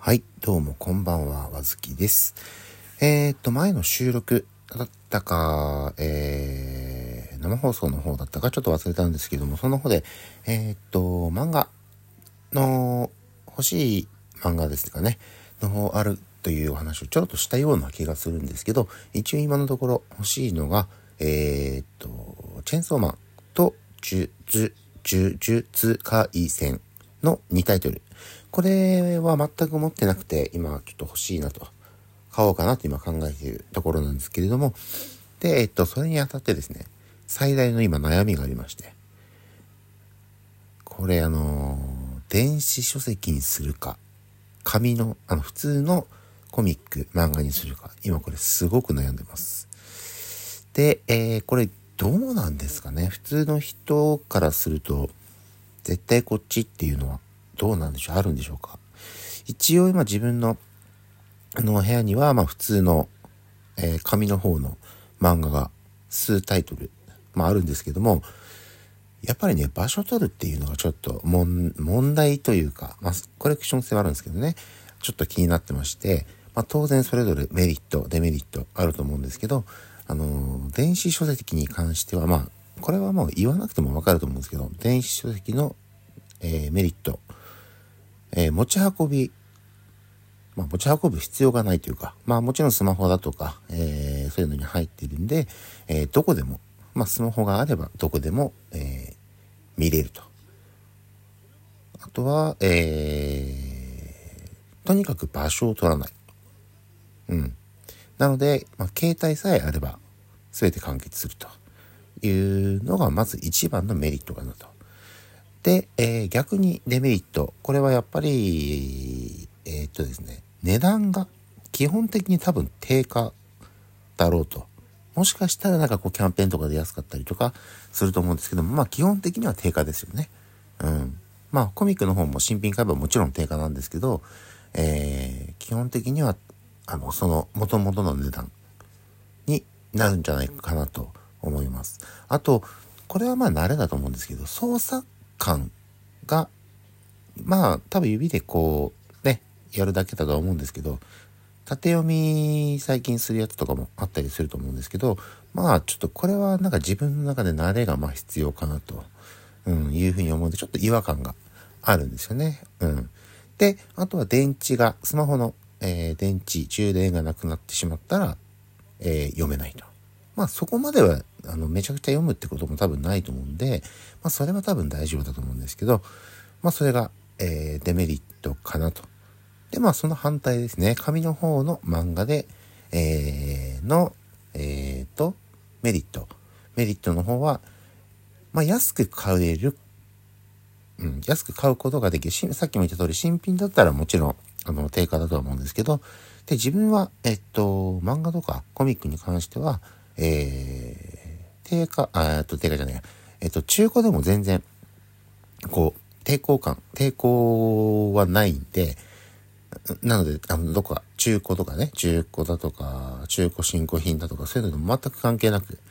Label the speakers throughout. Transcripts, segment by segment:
Speaker 1: はい、どうもこんばんは、わずきです。前の収録だったか、生放送の方だったかちょっと忘れたんですけども、その方で、漫画の欲しい漫画ですかね、の方あるというお話をちょっとしたような気がするんですけど、一応今のところ欲しいのが、チェーンソーマンと呪術廻戦の2タイトル。これは全く持ってなくて、今ちょっと欲しいなと、買おうかなと今考えているところなんですけれども、で、それにあたってですね、最大の今悩みがありまして、これ電子書籍にするか、紙の、普通のコミック、漫画にするか、今これすごく悩んでます。で、これどうなんですかね。普通の人からすると、絶対こっちっていうのはどうなんでしょう、あるんでしょうか。一応今自分の部屋には普通の、紙の方の漫画が数タイトル、あるんですけども、やっぱりね、場所取るっていうのがちょっと問題というか、コレクション性はあるんですけどね、ちょっと気になってまして、当然それぞれメリット、デメリットあると思うんですけど、電子書籍に関しては、これはもう言わなくてもわかると思うんですけど、電子書籍の、メリット、持ち運び、持ち運ぶ必要がないというか、もちろんスマホだとか、そういうのに入ってるんで、どこでも、スマホがあればどこでも、見れると。あとは、とにかく場所を取らない。なので、携帯さえあれば全て完結するというのがまず一番のメリットかなと。で、逆にデメリット。これはやっぱり、ですね、値段が基本的に多分低下だろうと。もしかしたらキャンペーンとかで安かったりとかすると思うんですけども、基本的には低下ですよね。コミックの方も新品買えばもちろん低下なんですけど、基本的には、その元々の値段になるんじゃないかなと思います。あと、これは慣れだと思うんですけど、操作感が、多分指でやるだけだと思うんですけど、縦読み最近するやつとかもあったりすると思うんですけど、ちょっとこれは自分の中で慣れが必要かなと、いうふうに思うんで、ちょっと違和感があるんですよね。で、あとはスマホの、電池、充電がなくなってしまったら、読めないと。そこまでは、めちゃくちゃ読むってことも多分ないと思うんで、それは多分大丈夫だと思うんですけど、それが、デメリットかなと。で、その反対ですね。紙の方の漫画で、メリット。メリットの方は、安く買える。安く買うことができる。さっきも言った通り、新品だったらもちろん、定価だとは思うんですけど、で、自分は、漫画とかコミックに関しては、定価じゃないや。中古でも全然、抵抗はないんで、なので、どこか、中古とかね、中古だとか、中古新古品だとか、そういうのと全く関係なく、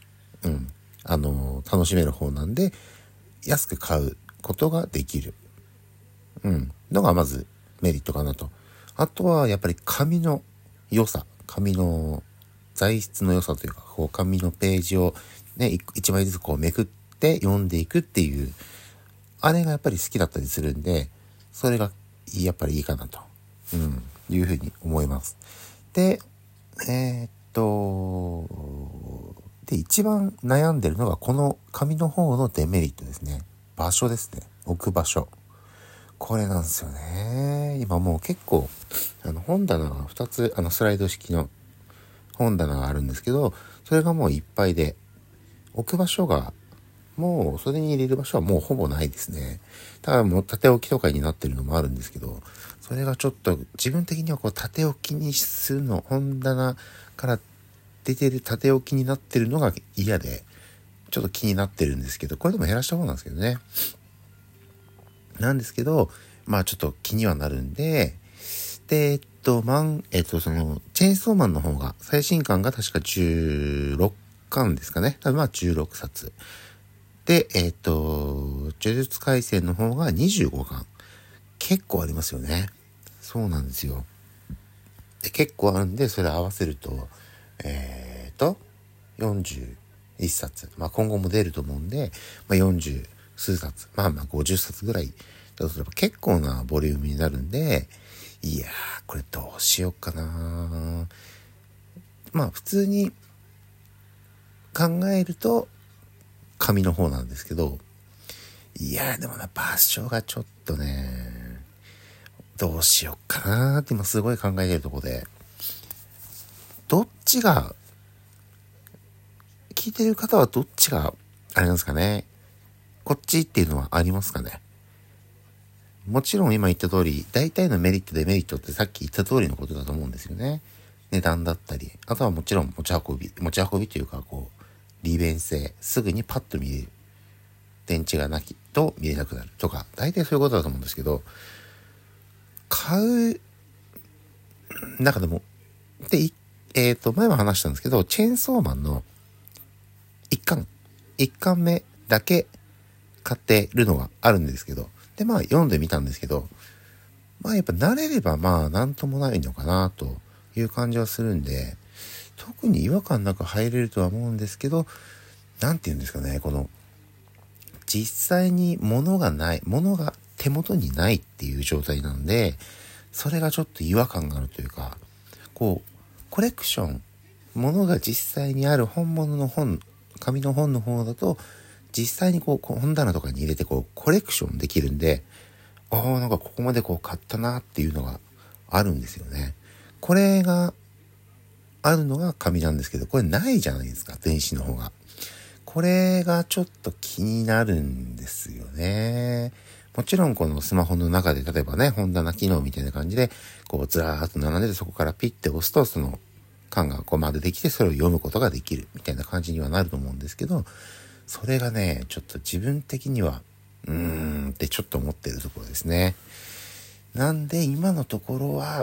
Speaker 1: 楽しめる方なんで、安く買うことができる。のがまずメリットかなと。あとは、やっぱり紙の良さ、紙の材質の良さというか、紙のページをね、一枚ずつめくって読んでいくっていう、あれがやっぱり好きだったりするんで、それがやっぱりいいかなと。いうふうに思います。で、一番悩んでるのがこの紙の方のデメリットですね。場所ですね。置く場所。これなんですよね。今もう結構、本棚が2つ、スライド式の本棚があるんですけど、それがもういっぱいで、置く場所が、もうそれに入れる場所はもうほぼないですね。ただもう縦置きとかになってるのもあるんですけど、それがちょっと自分的には縦置きにするの、本棚から出てる縦置きになってるのが嫌で、ちょっと気になってるんですけど、これでも減らした方なんですけどね。なんですけど、ちょっと気にはなるんで、で、その、チェーンソーマンの方が、最新巻が確か16巻ですかね。16冊。で、呪術廻戦の方が25巻。結構ありますよね。 そうなんですよ。で結構あるんで、それ合わせると41冊、今後も出ると思うんで、40数冊、50冊ぐらいだとすれば結構なボリュームになるんで、いやーこれどうしようかな。普通に考えると紙の方なんですけど、いやでも場所がちょっとね、どうしようかなって今すごい考えてるところで、どっちが、聞いてる方はどっちがあれなんですかね、こっちっていうのはありますかね。もちろん今言った通り、大体のメリットデメリットってさっき言った通りのことだと思うんですよね。値段だったり、あとはもちろん持ち運びというか利便性、すぐにパッと見れる。電池がなきと見れなくなるとか、大体そういうことだと思うんですけど、買う中でも、で、前も話したんですけど、チェーンソーマンの一巻目だけ買ってるのがあるんですけど、で、読んでみたんですけど、やっぱ慣れればなんともないのかなという感じはするんで、特に違和感なく入れるとは思うんですけど、なんて言うんですかね、実際に物が手元にないっていう状態なので、それがちょっと違和感があるというか、コレクション、物が実際にある本物の本、紙の本の方だと、実際に本棚とかに入れてコレクションできるんで、なんかここまで買ったなっていうのがあるんですよね。これがあるのが紙なんですけど、これないじゃないですか、電子の方が。これがちょっと気になるんですよね。もちろんこのスマホの中で例えばね、本棚機能みたいな感じで、ずらーっと並んでて、そこからピッて押すとその缶がまでできて、それを読むことができるみたいな感じにはなると思うんですけど、それがね、ちょっと自分的にはってちょっと思ってるところですね。なんで今のところは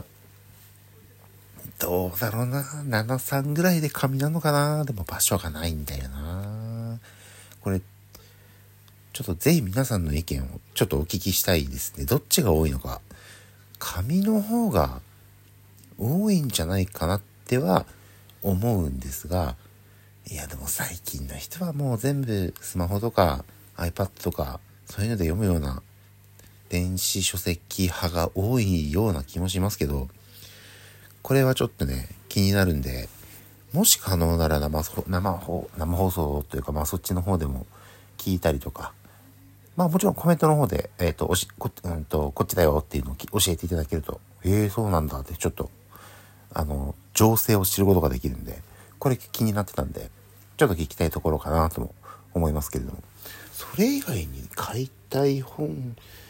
Speaker 1: どうだろうな、7、3ぐらいで紙なのかな。でも場所がないんだよな。これちょっとぜひ皆さんの意見をちょっとお聞きしたいですね。どっちが多いのか。紙の方が多いんじゃないかなっては思うんですが、いやでも最近の人はもう全部スマホとか iPad とかそういうので読むような電子書籍派が多いような気もしますけど、これはちょっとね気になるんで、もし可能なら生放送というかそっちの方でも聞いたりとか、もちろんコメントの方でこっちだよっていうのを教えていただけると、そうなんだってちょっと情勢を知ることができるんで、これ気になってたんでちょっと聞きたいところかなとも思いますけれども、それ以外に買いたい本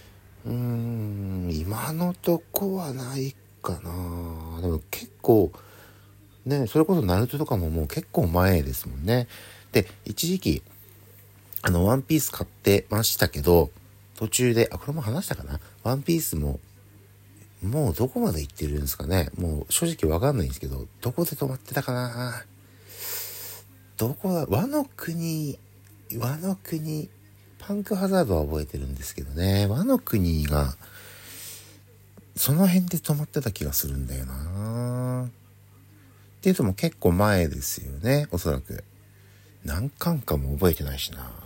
Speaker 1: 今のとこはないかな。でも結構ね、それこそナルトとかももう結構前ですもんね。で、一時期ワンピース買ってましたけど、途中でこれも話したかな。ワンピースももうどこまで行ってるんですかね。もう正直わかんないんですけど、どこで止まってたかな。どこだ、和の国、パンクハザードは覚えてるんですけどね。和の国が、その辺で止まってた気がするんだよな。っていうとも結構前ですよね、おそらく。何巻かも覚えてないしな。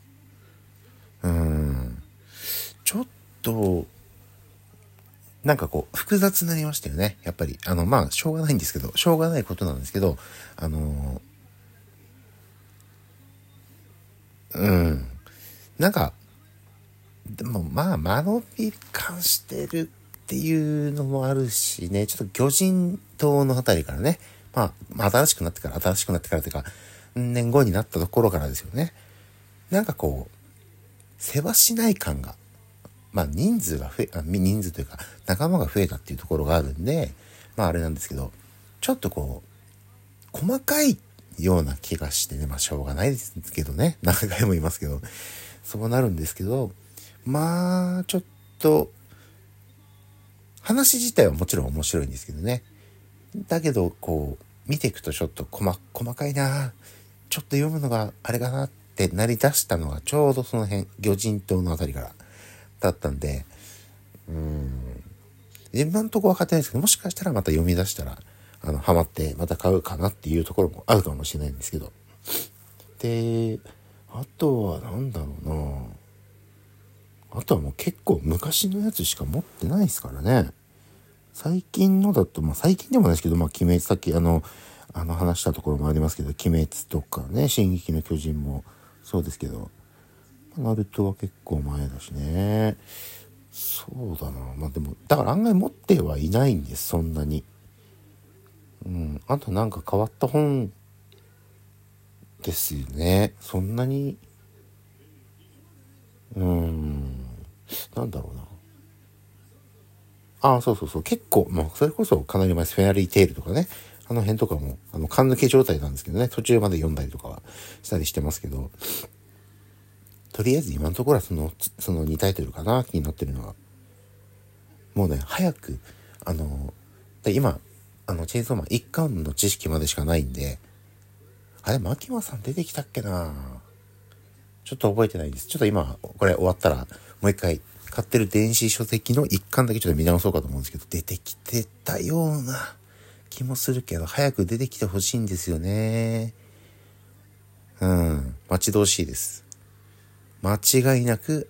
Speaker 1: ちょっと、なんか複雑になりましたよね。やっぱり、しょうがないんですけど、しょうがないことなんですけど、なんか、でも間延び感してるっていうのもあるしね、ちょっと魚人島のあたりからね、新しくなってからというか、年後になったところからですよね。なんか世話しない感が、人数というか仲間が増えたっていうところがあるんで、あれなんですけど、ちょっと細かいような気がしてね、しょうがないですけどね、何回も言いますけど、そうなるんですけど、ちょっと、話自体はもちろん面白いんですけどね。だけど、見ていくとちょっと細かいな、ちょっと読むのがあれかなってなりだしたのがちょうどその辺、魚人島のあたりからだったんで、 今のところ分かってないですけど、もしかしたらまた読み出したら、ハマってまた買うかなっていうところもあるかもしれないんですけど。で、あとはなんだろうな。あとはもう結構昔のやつしか持ってないですからね。最近のだと、最近でもないですけど、鬼滅、さっき話したところもありますけど、鬼滅とかね、進撃の巨人もそうですけど、ナルトは結構前だしね。そうだな。でも、だから案外持ってはいないんです、そんなに。あとなんか変わった本ですよね。そんなに、なんだろうな。そうそうそう。結構、それこそかなり前です。フェアリーテールとかね。あの辺とかも、缶抜け状態なんですけどね。途中まで読んだりとかはしたりしてますけど、とりあえず今のところはその2タイトルかな、気になってるのは。もうね、早く、で今、チェーンソーマン一巻の知識までしかないんで、あれ、牧間さん出てきたっけな、ちょっと覚えてないです。ちょっと今、これ終わったら、もう一回、買ってる電子書籍の一巻だけちょっと見直そうかと思うんですけど、出てきてたような気もするけど、早く出てきてほしいんですよね。待ち遠しいです。間違いなく、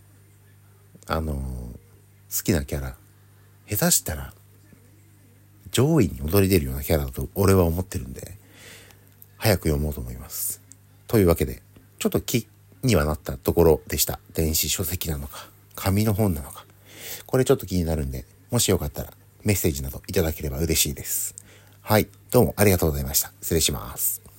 Speaker 1: 好きなキャラ、下手したら、上位に躍り出るようなキャラだと俺は思ってるんで、早く読もうと思います。というわけで、ちょっと気にはなったところでした。電子書籍なのか、紙の本なのか。これちょっと気になるんで、もしよかったらメッセージなどいただければ嬉しいです。はい、どうもありがとうございました。失礼します。